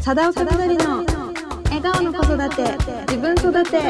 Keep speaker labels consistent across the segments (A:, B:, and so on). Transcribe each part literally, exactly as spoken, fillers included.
A: 佐田岡みどりの笑顔の子育て自分育て。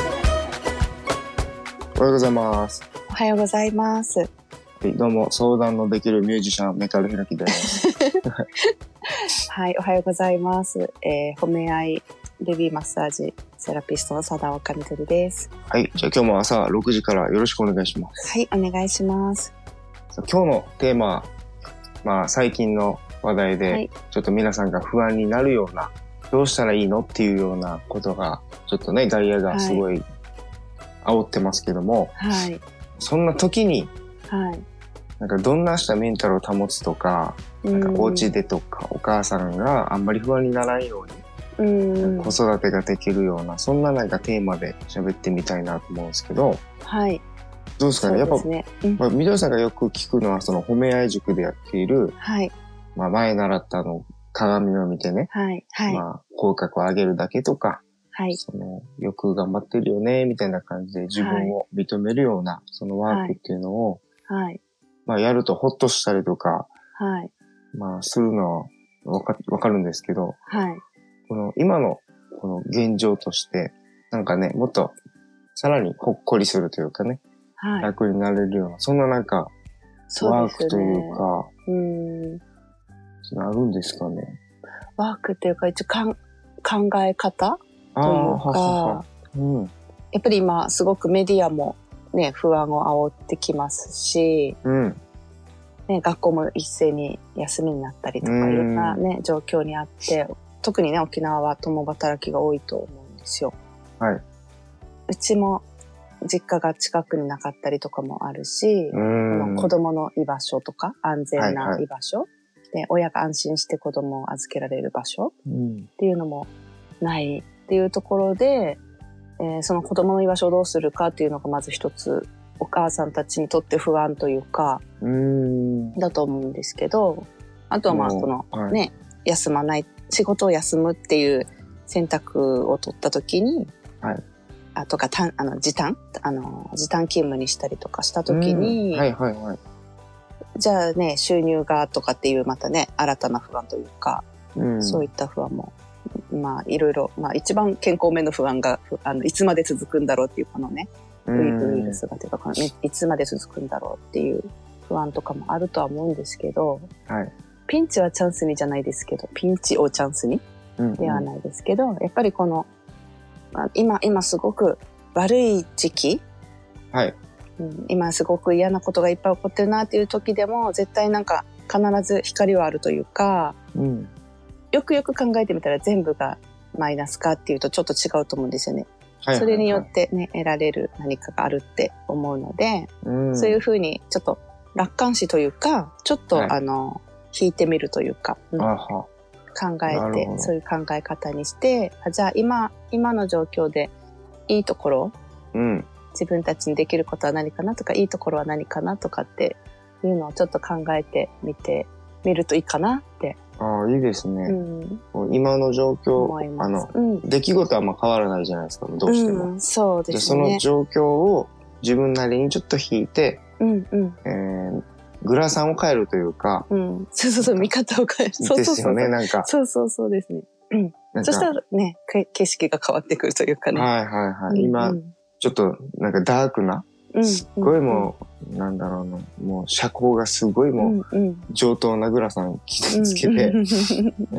B: おはようございます。
C: おはようございます。は
B: い、どうも相談のできるミュージシャンメカルひらきです
C: はい、おはようございます、えー、褒め合いベビーマッサージセラピストの佐田岡みどりです。
B: はい、じゃあ今日も朝ろくじからよろしくお願いします。
C: はい、お願いします。
B: 今日のテーマ、まあ最近の話題で、はい、ちょっと皆さんが不安になるような、どうしたらいいのっていうようなことがちょっとね、外野がすごい煽ってますけども、はい、そんな時に、はい、なんかどんなしたメンタルを保つとか、なんかお家でとかお母さんがあんまり不安にならないように、うん、子育てができるような、そんななんかテーマで喋ってみたいなと思うんですけど、はい、どうですかね。やっぱ、ね、うん、まあ、みどりさんがよく聞くのはその褒め合い塾でやっている、はい、まあ前習ったの鏡を見てね、はいはい、まあ口角を上げるだけとか、はい、そのよく頑張ってるよねみたいな感じで自分を認めるような、はい、そのワークっていうのを、はい、まあやるとホッとしたりとか、はい、まあするのはわか、わかるんですけど、はい、この今のこの現状としてなんかね、もっとさらにほっこりするというかね、はい、楽になれるような、そんななんかワークというか、うーん、あるんですかね。
C: ワークっていうか一応かん考え方というか、はは、うん、やっぱり今すごくメディアもね不安を煽ってきますし、うんね、学校も一斉に休みになったりとかいろんなね状況にあって、特にね沖縄は共働きが多いと思うんですよ。はい。うちも実家が近くになかったりとかもあるし、子供の居場所とか安全な居場所、はいはい、で親が安心して子供を預けられる場所っていうのもないっていうところで、えー、その子供の居場所をどうするかっていうのがまず一つお母さんたちにとって不安というかうーんだと思うんですけど、あとはまあその、はい、ね休まない仕事を休むっていう選択を取った時に、はい、あとかたあの時短あの時短勤務にしたりとかした時に、はいはいはい、じゃあね収入がとかっていうまたね新たな不安というか、うん、そういった不安もまあいろいろ、まあ一番健康面の不安があのいつまで続くんだろうっていうこのねウイルスがというかこのいつまで続くんだろうっていう不安とかもあるとは思うんですけど、はい、ピンチはチャンスにじゃないですけどピンチをチャンスにではないですけど、うんうん、やっぱりこの今今すごく悪い時期、はい、うん、今すごく嫌なことがいっぱい起こってるなっていう時でも絶対なんか必ず光はあるというか、うん、よくよく考えてみたら全部がマイナスかっていうとちょっと違うと思うんですよね。はいはいはい、それによってね得られる何かがあるって思うので、うん、そういうふうにちょっと楽観視というかちょっと、はい、あの引いてみるというか、うん、あは考えてそういう考え方にしてじゃあ今今の状況でいいところ、うん、自分たちにできることは何かなとかいいところは何かなとかっていうのをちょっと考えてみてみるといいかなって。
B: ああいいですね、うん、今の状況あの、うん、出来事はあんま変わらないじゃないですかどうしても、うん、そうですね。その状況を自分なりにちょっと引いて、うんうんえー、グラサンを変えるというか、うん、そうそうそう見方を変えるそうですよね。なんかそうそうそうですね、うん、そしたらね景色が変わってくるというかね。はいはいはい、うんうん、今ちょっとなんかダークなすっごいもう、うんうん、なんだろうなもう遮光がすごいもう、うんうん、上等なグラサンつけて、うんうん、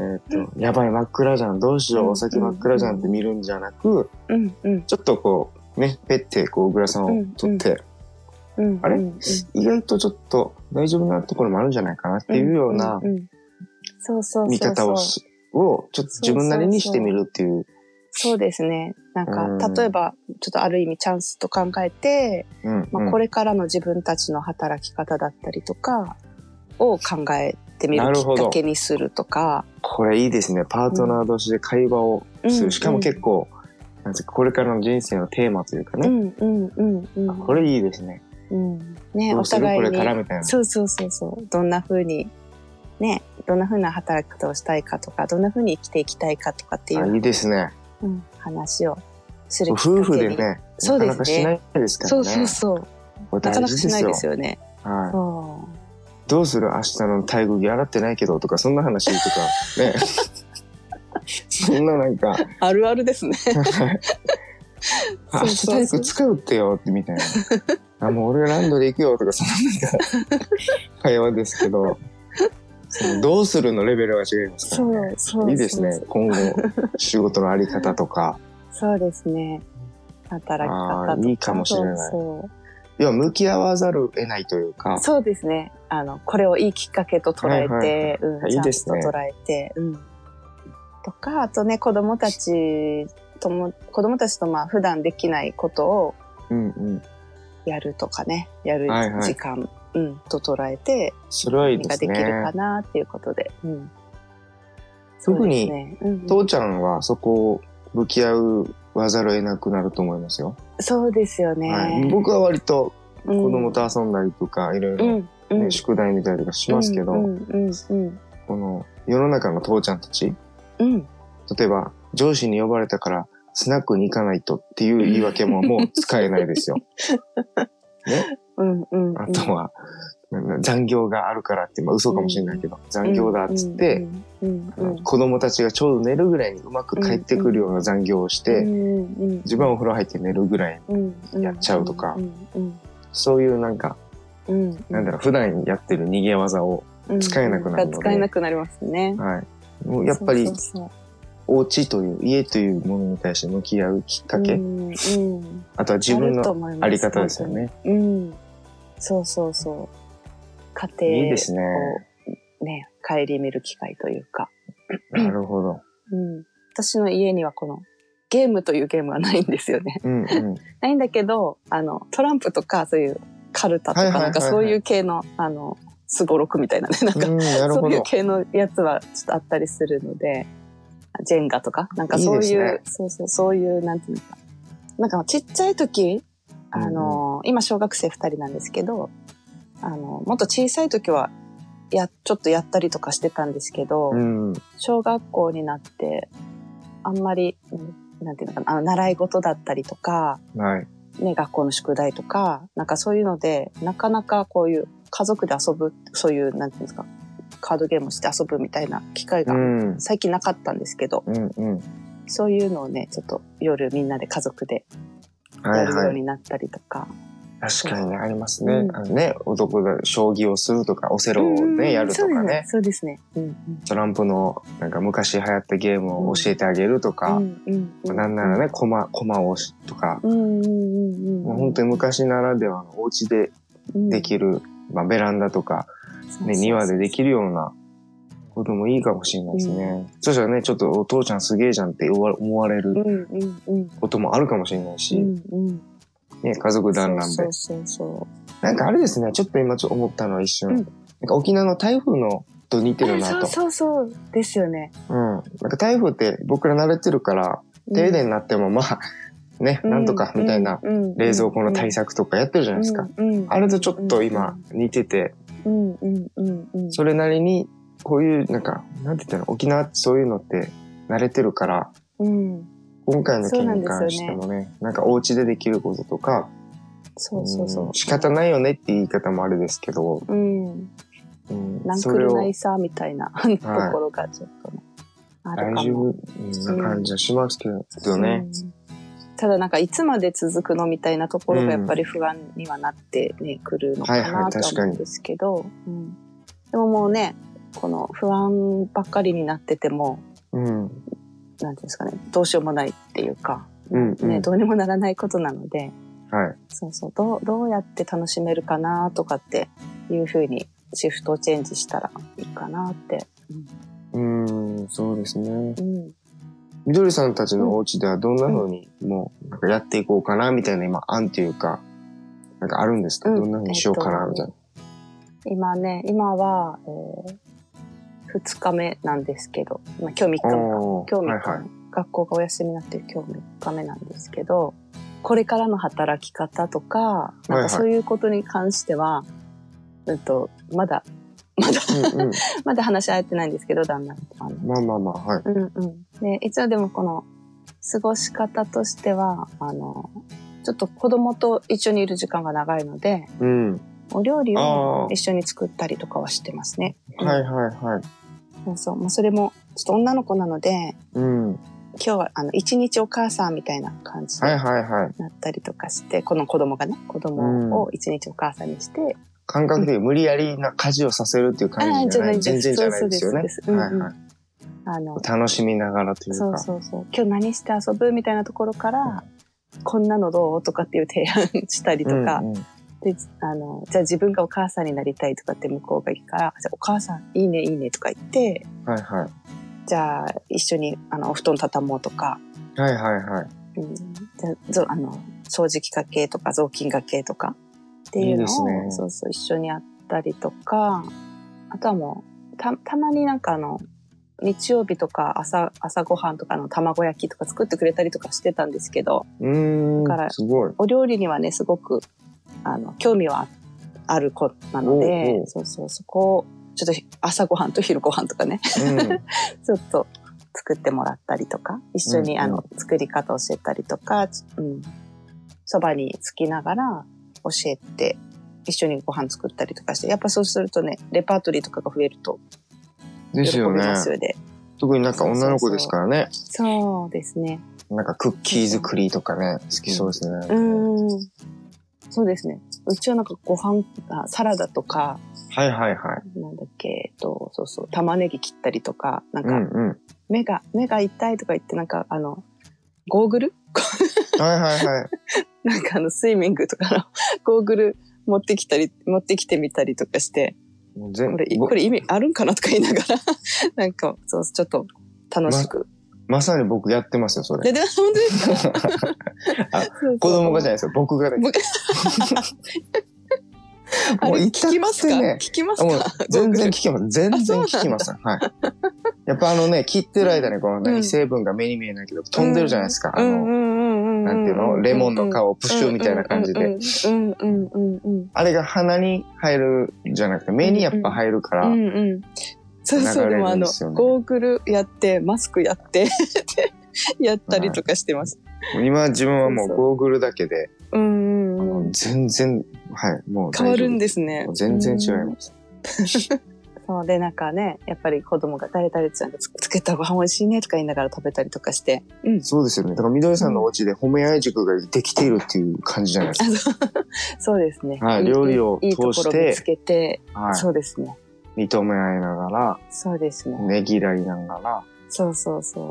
B: えっとやばい真っ暗じゃんどうしよう、うん、お先真っ暗じゃんって見るんじゃなく、うんうん、ちょっとこうねペッてこうグラサンを取って、うんうん、あれ、うんうん、意外とちょっと大丈夫なところもあるんじゃないかなっていうような見方をちょっと自分なりにしてみるっていう。
C: そうですね。なんか、うん、例えば、ちょっとある意味チャンスと考えて、うんうんまあ、これからの自分たちの働き方だったりとかを考えてみるきっかけにするとか。
B: これいいですね。パートナー同士で会話をする。うん、しかも結構、なんていうかこれからの人生のテーマというかね。うんうんうんうん、これいいですね。うん、ね、お互いに。これからみたいな。
C: そうそうそうそう。どんな風に、ね、どんな風な働き方をしたいかとか、どんな風に生きていきたいかとかっていう。
B: あ、いいですね。
C: うん、話をするきっかけに。
B: 夫婦でね、なかなかしないですからね。そうそうそう。
C: なかなかしないですよね。はい。
B: そうどうする明日の体育着洗ってないけどとかそんな話とかね。 そんななんか。
C: あるあるですね。
B: 明日体育使うってよってみたいな。あ、もう俺ランドリー行くよとか、そんななんか会話ですけど、そのどうするのレベルは違いますからね。そうそう。いいですね。今後、仕事のあり方とか。
C: そうですね。働き方とか。
B: いいかもしれない。そうそう。要は向き合わざるを得ないというか。
C: そうですね。あの、これをいいきっかけと捉えて、はいはいはい、うん、いいですね。ちゃんと捉えて、うん。とか、あとね、子供たちとも、子供たちとまあ普段できないことを、うんうん。やるとかね、やる時間、はいはい、うん、と捉えて、
B: それはいいですね。
C: 何ができるかなっていうことで。うん、
B: 特に、ねうんうん、父ちゃんはそこを向き合わざるを得なくなると思いますよ。
C: そうですよね。はい、
B: 僕は割と子供と遊んだりとか、うん、いろいろ、ねうんうん、宿題見たりとかしますけど、うんうんうん、この世の中の父ちゃんたち、うん、例えば上司に呼ばれたからスナックに行かないとっていう言い訳ももう使えないですよ。ね、うんうんうん、あとは残業があるからって、まあ嘘かもしれないけど、うん、残業だっつって、うんうん、子供たちがちょうど寝るぐらいにうまく帰ってくるような残業をして、うんうん、自分はお風呂入って寝るぐらいにやっちゃうとか、そういうなんか、うんうん、なんだろう、普段やってる逃げ技を使えなくなるので、
C: 使えなくなりますね。
B: はい。もうやっぱりそうそうそう、お家という家というものに対して向き合うきっかけ、うんうん、あとは自分のあり方ですよね。うん、
C: そうそうそう。家庭を、ね、いいですね。ね、顧みる機会というか。
B: なるほど。
C: うん、私の家にはこのゲームというゲームはないんですよね。うんうん、ないんだけど、あのトランプとかそういうカルタとかなんかそういう系のあのスゴロクみたいなね、なんか、うん、なそういう系のやつはちょっとあったりするので、ジェンガとかなんかそういう、いいね、そうそうそういうなんていうのか、なんかちっちゃい時、あの、うん、今小学生ふたりなんですけど。あのもっと小さい時はやちょっとやったりとかしてたんですけど、うん、小学校になってあんまりなんていうのかな、あの習い事だったりとか、はいね、学校の宿題とかなんかそういうのでなかなかこういう家族で遊ぶそういうなんていうんですか、カードゲームをして遊ぶみたいな機会が最近なかったんですけど、うんうん、そういうのをねちょっと夜みんなで家族でやるようになったりとか。はいはい、
B: 確かにね、ありますね。うん、あのね、男が将棋をするとか、オセロをね、うん、やるとかね。
C: そうですね。うんうん、
B: トランプの、なんか昔流行ったゲームを教えてあげるとか、うんうんうん、なんならね、コマ、コマを押しとか、うんうんうん、もう本当に昔ならではのお家でできる、うん、まあベランダとか、ね、庭でできるようなこともいいかもしれないですね。うん、そしたらね、ちょっとお父ちゃんすげえじゃんって思われることもあるかもしれないし、うんうんうんね、家族団らんで。そうそうそう。なんかあれですね、ちょっと今ちょっと思ったのは一瞬、うん、なんか沖縄の台風のと似てるなと。
C: そうそうそうですよね。
B: うん。なんか台風って僕ら慣れてるから、停電になってもまあ、ね、うん、なんとかみたいな冷蔵庫の対策とかやってるじゃないですか。うんうん、あれとちょっと今似てて、うんうんうんうん、それなりにこういうなんか、なんて言ったの、沖縄ってそういうのって慣れてるから、うん今回の件に関してもね、なんかお家でできることとか、そうそうそう。仕方ないよねって言い方もあれですけど、うん。うん、
C: なんくるないさみたいなところがちょっとね、
B: はい、あるかも。大丈夫な感じはしますけどね、うん。
C: ただなんかいつまで続くのみたいなところがやっぱり不安にはなってね、くるのかなと思うんですけど、うん、でももうね、この不安ばっかりになってても、うんなんていうんですかね、どうしようもないっていうか、うんうんね、どうにもならないことなので、はい、そうそうどう、どうやって楽しめるかなとかっていうふうにシフトチェンジしたらいいかなって。
B: うん、うーんそうですね。うん、みどりさんたちのお家ではどんなのにもうなんかやっていこうかなみたいな今案っていうか、なんかあるんですか、うん、どんなふうにしようかなみたいな。
C: えー、今ね、今は、えーふつかめなんですけど、まあ、今日みっかめか今日みっかめ、はいはい、学校がお休みになって今日みっかめなんですけど、これからの働き方とかなんかそういうことに関しては、はいはい、うんとまだまだうん、うん、まだ話し合えてないんですけど旦那とあの
B: まあまあまあはい、うん
C: うん、で一応でもこの過ごし方としてはあのちょっと子供と一緒にいる時間が長いので、うん、お料理を一緒に作ったりとかはしてますね。
B: はいはいはい。
C: そうそう、まあ、それもちょっと女の子なので、
B: うん、
C: 今日はあの一日お母さんみたいな感じになったりとかして、はいはいはい、この子供がね、子供を一日お母さんにして、うん、
B: 感覚的に無理やりな家事をさせるっていう感じじゃない、全然じゃないですよね。はいはい。あの楽しみながらというか。
C: そうそうそう。今日何して遊ぶみたいなところから、うん、こんなのどうとかっていう提案したりとか、うんうん、であのじゃあ自分がお母さんになりたいとかって向こうが言うから、じゃあお母さんいいねいいねとか言って、
B: はいはい。
C: じゃあ一緒にあのお布団畳もうとか、
B: はいはいはい。
C: うん、じゃああの掃除機かけとか雑巾がけとかっていうのをいいですね。そうそう一緒にやったりとか、あとはもうたたまになんかあの日曜日とか朝朝ごはんとかの卵焼きとか作ってくれたりとかしてたんですけど、
B: うーん、だからすごい
C: お料理にはねすごくあの興味はある子なので、おうおう、そうそうそこをちょっと朝ごはんと昼ごはんとかね、うん、ちょっと作ってもらったりとか、一緒に、うんうん、あの作り方教えたりとか、うん、そばにつきながら教えて一緒にご飯作ったりとかして、やっぱそうするとねレパートリーとかが増えると
B: ですよね。特になんか女の子ですからね。
C: そうそうそう、そうですね。
B: なんかクッキー作りとかね、好きそうですね。
C: うん、うん、そうですね。うちはなんかご飯、あ、サラダとか、
B: はいはいはい。
C: なんだっけ、えっと、そうそう、玉ねぎ切ったりとか、なんか、うんうん、目が、目が痛いとか言って、なんかあの、ゴーグル
B: はいはいはい。
C: なんかあの、スイミングとかのゴーグル持ってきたり、持ってきてみたりとかして、もう全これ、これ意味あるんかなとか言いながら、なんか、そう、ちょっと楽しく。
B: ま、まさに僕やってますよ、それ。
C: で、本当ですか
B: あ、そうそう、子供がじゃないですよ、僕がです。もう
C: 聞きますか？聞きますか？もう
B: 全然聞きます。全然聞きます。はい。やっぱあのね、切ってる間にこの何、うん、成分が目に見えないけど、飛んでるじゃないですか。うん、あの、なんていうの、レモンの皮をプシューみたいな感じで。あれが鼻に入るじゃなくて、目にやっぱ入るから。うんうん、
C: そうそう、でもあの、ゴーグルやって、マスクやって、やったりとかしてます。
B: はい、今自分はもうゴーグルだけで、
C: うんうんうん、
B: 全然、はい、もう
C: 変わるんですね。
B: 全然違います。
C: そうで、なんかね、やっぱり子供が誰々ちゃんが作ったご飯美味しいねとか言いながら食べたりとかして。
B: うん、そうですよね。だからみどりさんのお家で褒め合い塾ができているっていう感じじゃないですか。
C: そうですね。
B: はい、料理を通して。いいところ
C: 見つけて、はい、そうですね。
B: 認め合いながら。
C: そうですね。
B: ねぎらいながら。
C: そうそうそう。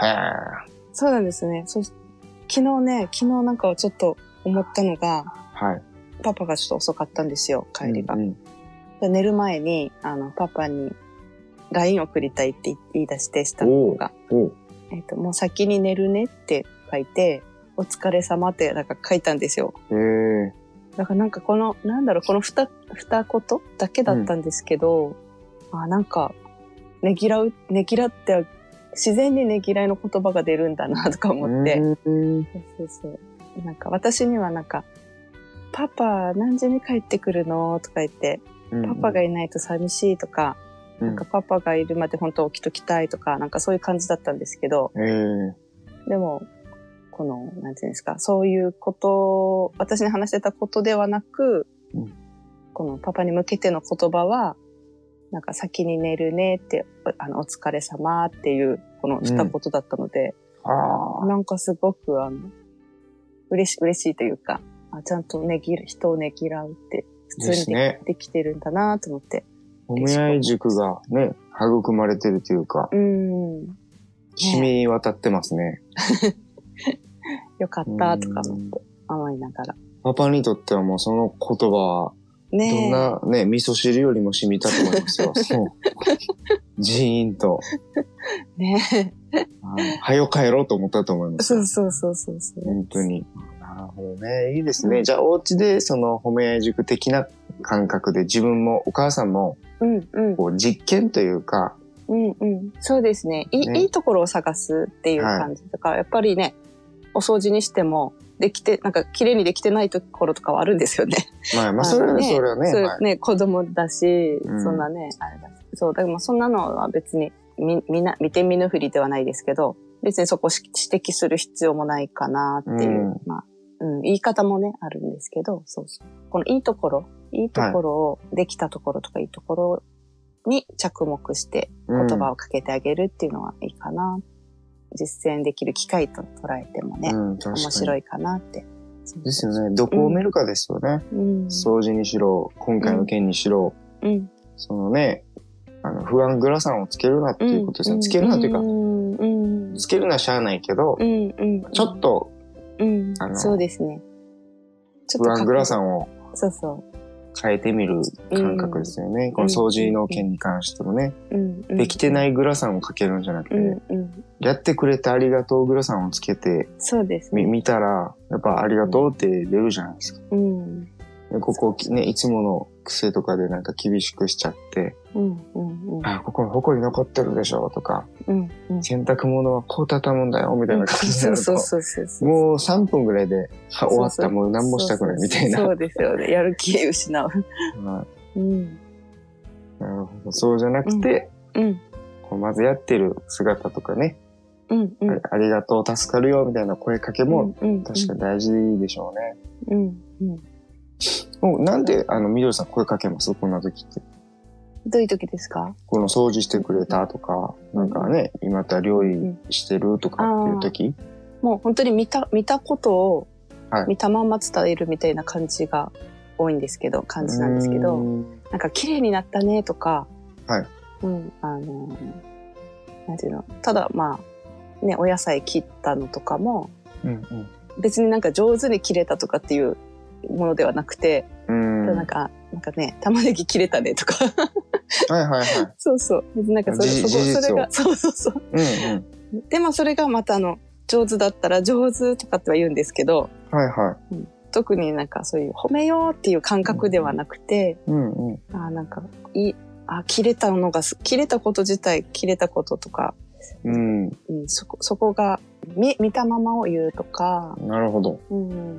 B: へえ。
C: そうなんですね。そ昨日ね、昨日なんかちょっと思ったのが、
B: はい。
C: パパがちょっと遅かったんですよ、帰りが。うんうん、で寝る前に、あの、パパに ライン 送りたいって言い出してしたのが、えっと、もう先に寝るねって書いて、お疲れ様ってなんか書いたんですよ。
B: へー。
C: だからなんかこの、なんだろう、この二、二言だけだったんですけど、うん、あ、なんか、ねぎらう、ねぎらって、自然にねぎらいの言葉が出るんだなとか思って。そうそうそう。なんか私にはなんか、パパ何時に帰ってくるのとか言って、うんうん、パパがいないと寂しいとか、うん、なんかパパがいるまで本当起きときたいとか、なんかそういう感じだったんですけど、でも、この、なんていうんですか、そういうことを、私に話してたことではなく、うん、このパパに向けての言葉は、なんか先に寝るねって、あの、お疲れ様っていう、この二言だったので、うん、なんかすごく、あの、嬉し、嬉しいというか、あ、ちゃんとねぎる、人をねぎらうって、普通に で,、ね、できてるんだなと思って。
B: 褒め合い塾がね、育まれてるというか、うん。染み渡ってますね。
C: よかったとか思って思いながら。
B: パパにとってはもうその言葉は、ね、どんなね、味噌汁よりも染みたと思いますよ。そう。ジーンと。
C: ねえ。
B: はよ帰ろうと思ったと思います。
C: そうそうそうそうそう。
B: 本当に。なるほどね。いいですね。うん、じゃあお家でその褒め合い塾的な感覚で自分もお母さんも、うんうん、こう実験というか、
C: うんうん、そうですね。いい、ね、いいところを探すっていう感じとか、はい、やっぱりね、お掃除にしても、できて、なんか綺麗にできてないところとかはあるんですよね。
B: まあまあ、それはね、それはね。
C: そうね、はい、子供だし、うん、そんなね、あれだし。そう、だからそんなのは別に、み、みな、見て見ぬふりではないですけど、別にそこを指摘する必要もないかなっていう、うん、まあ、うん、言い方もね、あるんですけど、そうそう。このいいところ、いいところを、はい、できたところとかいいところに着目して言葉をかけてあげるっていうのはいいかな。うん、実践できる機会と捉えてもね、うん、面白いかなって。
B: ですよね。どこを見るかですよね。うん、掃除にしろ、今回の件にしろ、うん、そのね、あの不安グラサンをつけるなっていうことですね。うん、つけるなというか、うん、つけるのはしゃあないけど、うんうん、ちょっと、
C: うん、あのそうですね。
B: ちょっと不安グラサンを
C: そうそう
B: 変えてみる感覚ですよね。うん、この掃除の件に関してもね、うんうん、できてないグラサンをかけるんじゃなくて、うんうん、やってくれてありがとうグラサンをつけて、
C: そうですね、
B: 見たらやっぱありがとうって出るじゃないですか。うん、でここね、いつもの癖とかでなんか厳しくしちゃって、うんうんうん、あ、ここに埃残ってるでしょとか、うんうん、洗濯物はこう畳むんだよみたいな感じになると、もうさんぷんぐらいで終わった、もう何もしたくないみたいな。
C: そうですよね。やる気失う。はい、うん、
B: なるほど。そうじゃなくて、うんうん、こうまずやってる姿とかね、うんうん、あ, ありがとう、助かるよみたいな声かけも確か大事でしょうね。うんうん、もうなんであのみどりさん声かけます？こんな時って。
C: どういう時ですか？
B: この掃除してくれたとか、うん、なんかね、今また料理してるとかっていう時、うん、
C: もう本当に見た見たことを見たまま伝えるみたいな感じが多いんですけど、感じなんですけど、なんか綺麗になったねとか、はい、うん、あのなんていうの、ただまあね、お野菜切ったのとかも、うんうん、別になんか上手に切れたとかっていうものではなくて、うん、なんかなんかね、玉ねぎ切れたねとか
B: はいはいはい。
C: そうそう。別になんかそれ、そこ、それが、そうそうそう。うんうん、で、まあそれがまたあの、上手だったら上手とかっては言うんですけど、はいはい。うん、特になんかそういう褒めようっていう感覚ではなくて、うんうん、あなんか、いい、あ、切れたのが、切れたこと自体、切れたこととか、うんうん、そこ、そこが見、見たままを言うとか。
B: なるほど。
C: うん、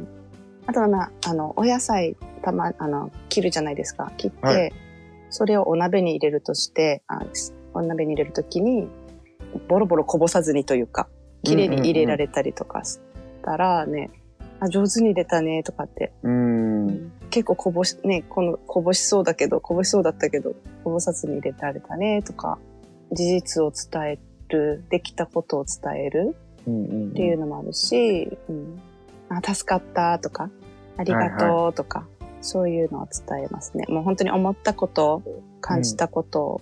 C: あとはな、あの、お野菜、たま、あの、切るじゃないですか。切って、はい、それをお鍋に入れるとして、あお鍋に入れるときに、ボロボロこぼさずにというか、綺麗に入れられたりとかしたらね、うんうんうん、あ、上手に入れたねとかって、うん結構こぼし、ね、このこぼしそうだけど、こぼしそうだったけど、こぼさずに入れられたねとか、事実を伝える、できたことを伝えるっていうのもあるし、うんうんうん、あ、助かったとか、ありがとうとか、はいはい、そういうのを伝えますね。もう本当に思ったこと、感じたこと、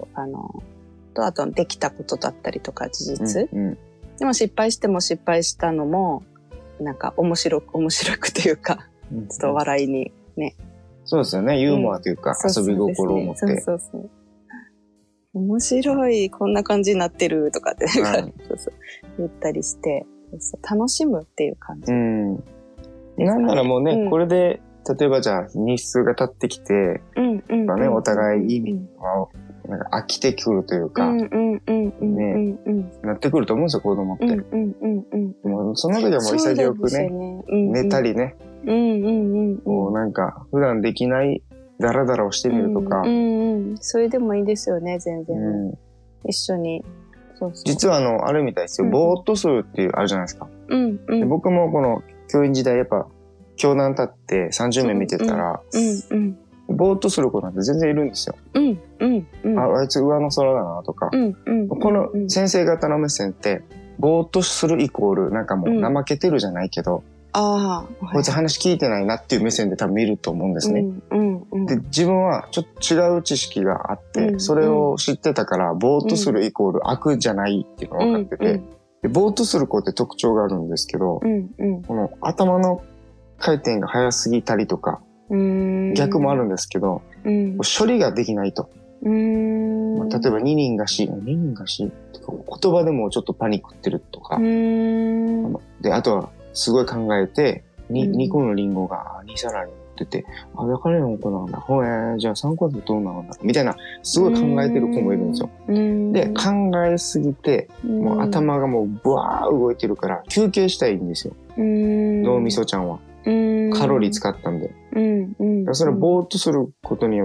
C: うん、あの、と、あとできたことだったりとか事実。うんうん、でも失敗しても失敗したのも、なんか面白く、面白くというか、うん、ちょっと笑いにね。
B: そうですよね。ユーモアというか、うん、遊び心を持って。そうそうそう。
C: 面白い、こんな感じになってるとかって、はい、そうそう言ったりして、そうそう楽しむっていう感じ。うん、
B: なんならもうね、うん、これで、例えばじゃあ日数が経ってきて、うんうんね、お互いいい意味はなんか飽きてくるというか、ね、なってくると思うんですよ、子供って。うんうんうんうん、もうその時はもう潔くね、ねうんうん、寝たりね、うんうんうんうん、もうなんか普段できないダラダラをしてみるとか、うんうん
C: うん、それでもいいですよね、全然。うん、一緒に。
B: そうそう実はあの、あるみたいですよ、うん、ぼーっとするっていうあるじゃないですか。うんうん、で僕もこの教員時代やっぱ、教団立ってさんじゅうめい見てたら、うんうんうん、ぼーっとする子なんて全然いるんですよ。うんうんうん、あ, あいつ上の空だなとか、うんうん、この先生方の目線ってぼーっとするイコールなんかもう怠けてるじゃないけど、うん、あこいつ話聞いてないなっていう目線で多分見ると思うんですね。うんうんうん、で自分はちょっと違う知識があって、うん、それを知ってたからぼーっとするイコール悪じゃないっていうのが分かってて、うんうん、でぼーっとする子って特徴があるんですけど、うんうん、この頭の回転が早すぎたりとか、逆もあるんですけど、うん、処理ができないと。うーんまあ、例えばににんがし、ににんがしとか言葉でもちょっとパニックってるとか、うーんで、あとはすごい考えて、に、にこのリンゴがに皿に乗ってて、あ、だからよこなんだ。ほえー、じゃあさんこだとどうなのだみたいな、すごい考えてる子もいるんですよ。で、考えすぎて、もう頭がもうブワー動いてるから休憩したいんですよ。脳みそちゃんは。カロリー使ったんで。うんうん、それをぼーっとすることによって、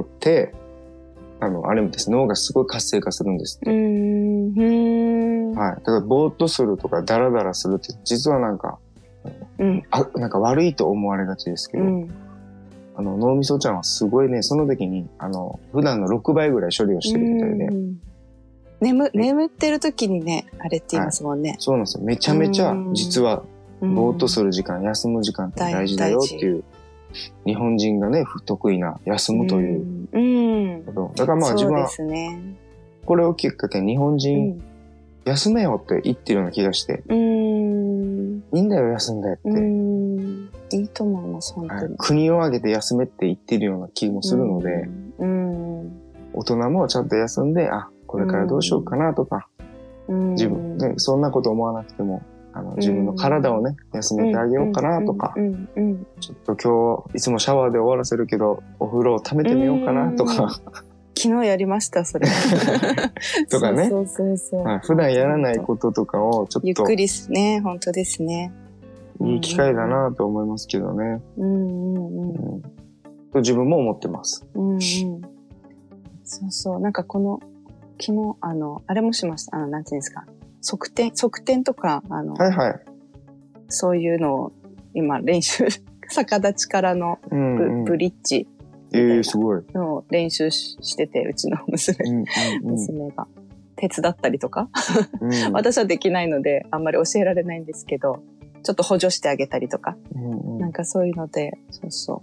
B: あの、あれもです、脳がすごい活性化するんですって。うんはい。だからぼーっとするとかダラダラするって実はなんか、うん、あなんか悪いと思われがちですけど、うん、 あの、脳みそちゃんはすごいね、その時に、あの、普段のろくばいぐらい処理をしてるみたいで。
C: 眠、眠ってる時にね、あれって言いますもんね。はい、
B: そうなんですよ。めちゃめちゃ、実は、ぼーっとする時間、休む時間って大事だよっていう、日本人がね、不得意な休むということ。だからまあ自分は、これをきっかけに日本人、休めよって言ってるような気がして、いいんだよ、休んでって。
C: いいと思います、本当に。
B: 国を挙げて休めって言ってるような気もするので、大人もちゃんと休んで、あ、これからどうしようかなとか、自分、ね、そんなこと思わなくても、あの自分の体をね、休めてあげようかなとか、ちょっと今日いつもシャワーで終わらせるけど、お風呂を溜めてみようかなとか。
C: 昨日やりました、それ。
B: とかね。
C: そうそうそうそう。
B: 普段やらないこととかをちょっと。
C: ゆっくりですね、本当ですね。
B: いい機会だなと思いますけどね。うんうんうん。と自分も思ってます。うんうん。
C: そうそう。なんかこの、昨日、あの、あれもしました。あの、なんていうんですか。側転、側転とか、あの、はいはい。そういうのを今練習、逆立ちからのブ、うんうん、ブリッジ。
B: ええー、すごい。
C: の練習してて、うちの娘、うんうんうん、娘が。手伝ったりとか。うん、私はできないので、あんまり教えられないんですけど、ちょっと補助してあげたりとか。うんうん、なんかそういうので、そうそう。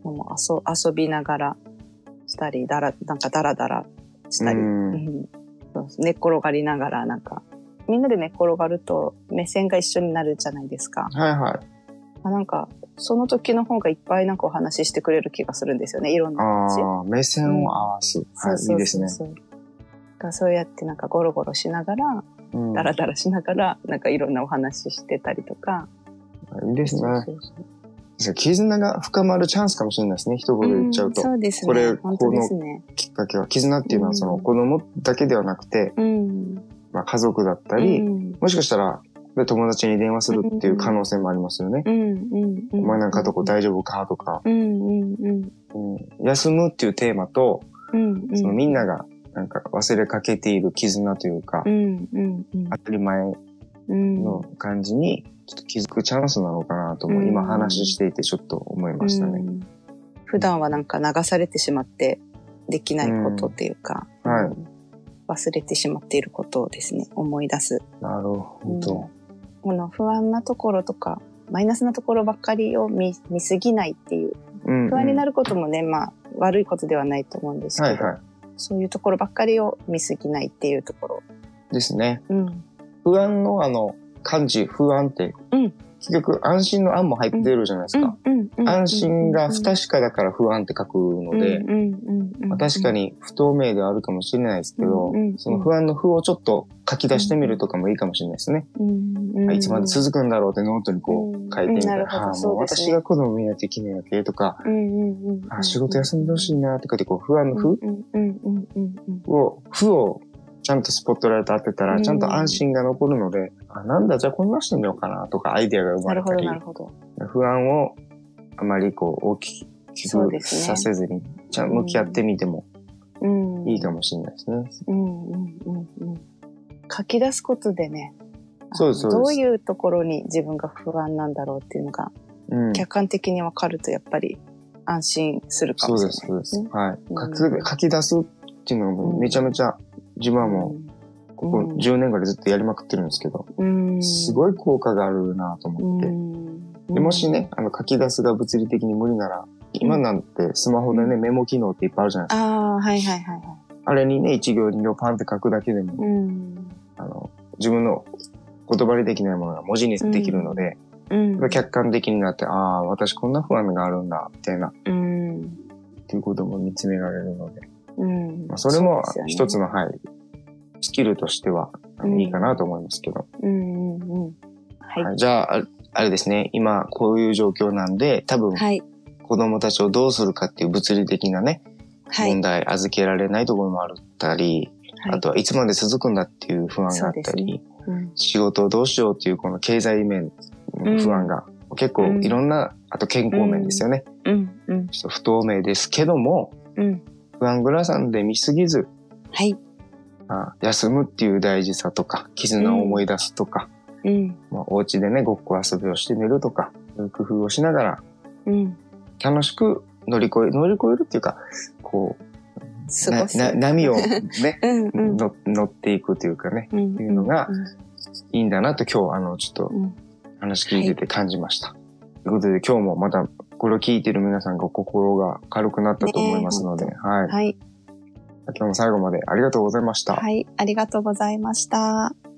C: もう 遊, 遊びながらしたり、だら、なんかダラダラしたり。うんうん、そう寝っ転がりながら、なんか、みんなで寝っ転がると目線が一緒になるじゃないですか。
B: はいはい。
C: あ、なんか、その時の方がいっぱいなんかお話ししてくれる気がするんですよね。いろんな話。
B: ああ、目線を合わす。うん、はい、いいですね。
C: そうそうやってなんかゴロゴロしながら、うん、ダラダラしながら、なんかいろんなお話ししてたりとか。
B: いいですね。そうそうそう、絆が深まるチャンスかもしれないですね。一言言っちゃうと。
C: うん、そうですね。
B: これ、
C: 本当です
B: ね、このきっかけは、絆っていうのはその子供だけではなくて、うん、まあ家族だったり、うん、もしかしたら、で友達に電話するっていう可能性もありますよね。うんうんうん、お前なんかとこ大丈夫かとか、うんうんうんうん、休むっていうテーマと、うんうん、そのみんながなんか忘れかけている絆というか、うんうんうん、当たり前の感じにちょっと気づくチャンスなのかなとも、うん、今話していてちょっと思いましたね。うん、
C: 普段はなんか流されてしまってできないことっていうか、うん、はい、忘れてしまっていることをですね、思い出す。
B: なるほど。うん、
C: この不安なところとかマイナスなところばっかりを 見, 見すぎないっていう、うんうん、不安になることもね、まあ悪いことではないと思うんですけど、はいはい、そういうところばっかりを見すぎないっていうところ
B: ですね。うん、不安のあの漢字不安って、うん、結局安心の安も入ってるじゃないですか。安心が不確かだから不安って書くので、まあ、確かに不透明ではあるかもしれないですけど、うんうんうん、その不安の不をちょっと書き出してみるとかもいいかもしれないですね。うんうん、いつまで続くんだろうってノートにこう書いてみたら、はあ、もう私が子供見ないといけないわけとか、あ、仕事休んでほしいなとかでこう不安の不を、不をちゃんとスポットライト当てたら、ちゃんと安心が残るので、あ、なんだ、じゃあこんなしてみようかなとかアイデアが生まれたり、なるほどなるほど、不安をあまりこう大きくさせずに、ちゃんと向き合ってみてもいいかもしれないですね。うんうんうん
C: うん、書き出すことでね、そうです、どういうところに自分が不安なんだろうっていうのが、うん、客観的に分かるとやっぱり安心するかもしれないですね。そうです、そうです。はい。
B: うん、書き出すっていうのがめちゃめちゃ、自分はもうここじゅうねんぐらいずっとやりまくってるんですけど、うん、すごい効果があるなと思って、うん、でもしね、あの書き出すが物理的に無理なら、今なんてスマホでね、メモ機能っていっぱいあるじゃないですか。ああ、はいはいはいはい。あれにね、一行二行パンって書くだけでも、うん、あの自分の言葉にできないものが文字にできるので、うん、客観的になって、ああ、私こんな不安があるんだみたいな、うん、っていうことも見つめられるので、うん、まあ、それも一つの、はい、スキルとしては、うん、いいかなと思いますけど。うんうんうんはいはい、じゃあ、あれですね、今こういう状況なんで、多分、はい、子供たちをどうするかっていう物理的なね、はい、問題、預けられないところもあったり、はい、あとはいつまで続くんだっていう不安があったり、ねうん、仕事をどうしようっていうこの経済面の不安が、うん、結構いろんな、うん、あと健康面ですよね。うんうん、ちょっと不透明ですけども、うん不安ぐらさんで見すぎず、はい、あ休むっていう大事さとか、絆を思い出すとか、うんまあ、お家でね、ごっこ遊びをしてみるとか、工夫をしながら、うん、楽しく乗り越え、乗り越えるっていうか、こう、なな波をね、うんうん、の乗っていくというかね、うんうん、っていうのがいいんだなと今日、あの、ちょっと話聞いてて感じました。はい、ということで今日もまたこれを聞いてる皆さんが心が軽くなったと思いますので、ね、はい。はい。今日も最後までありがとうございました。
C: はい、ありがとうございました。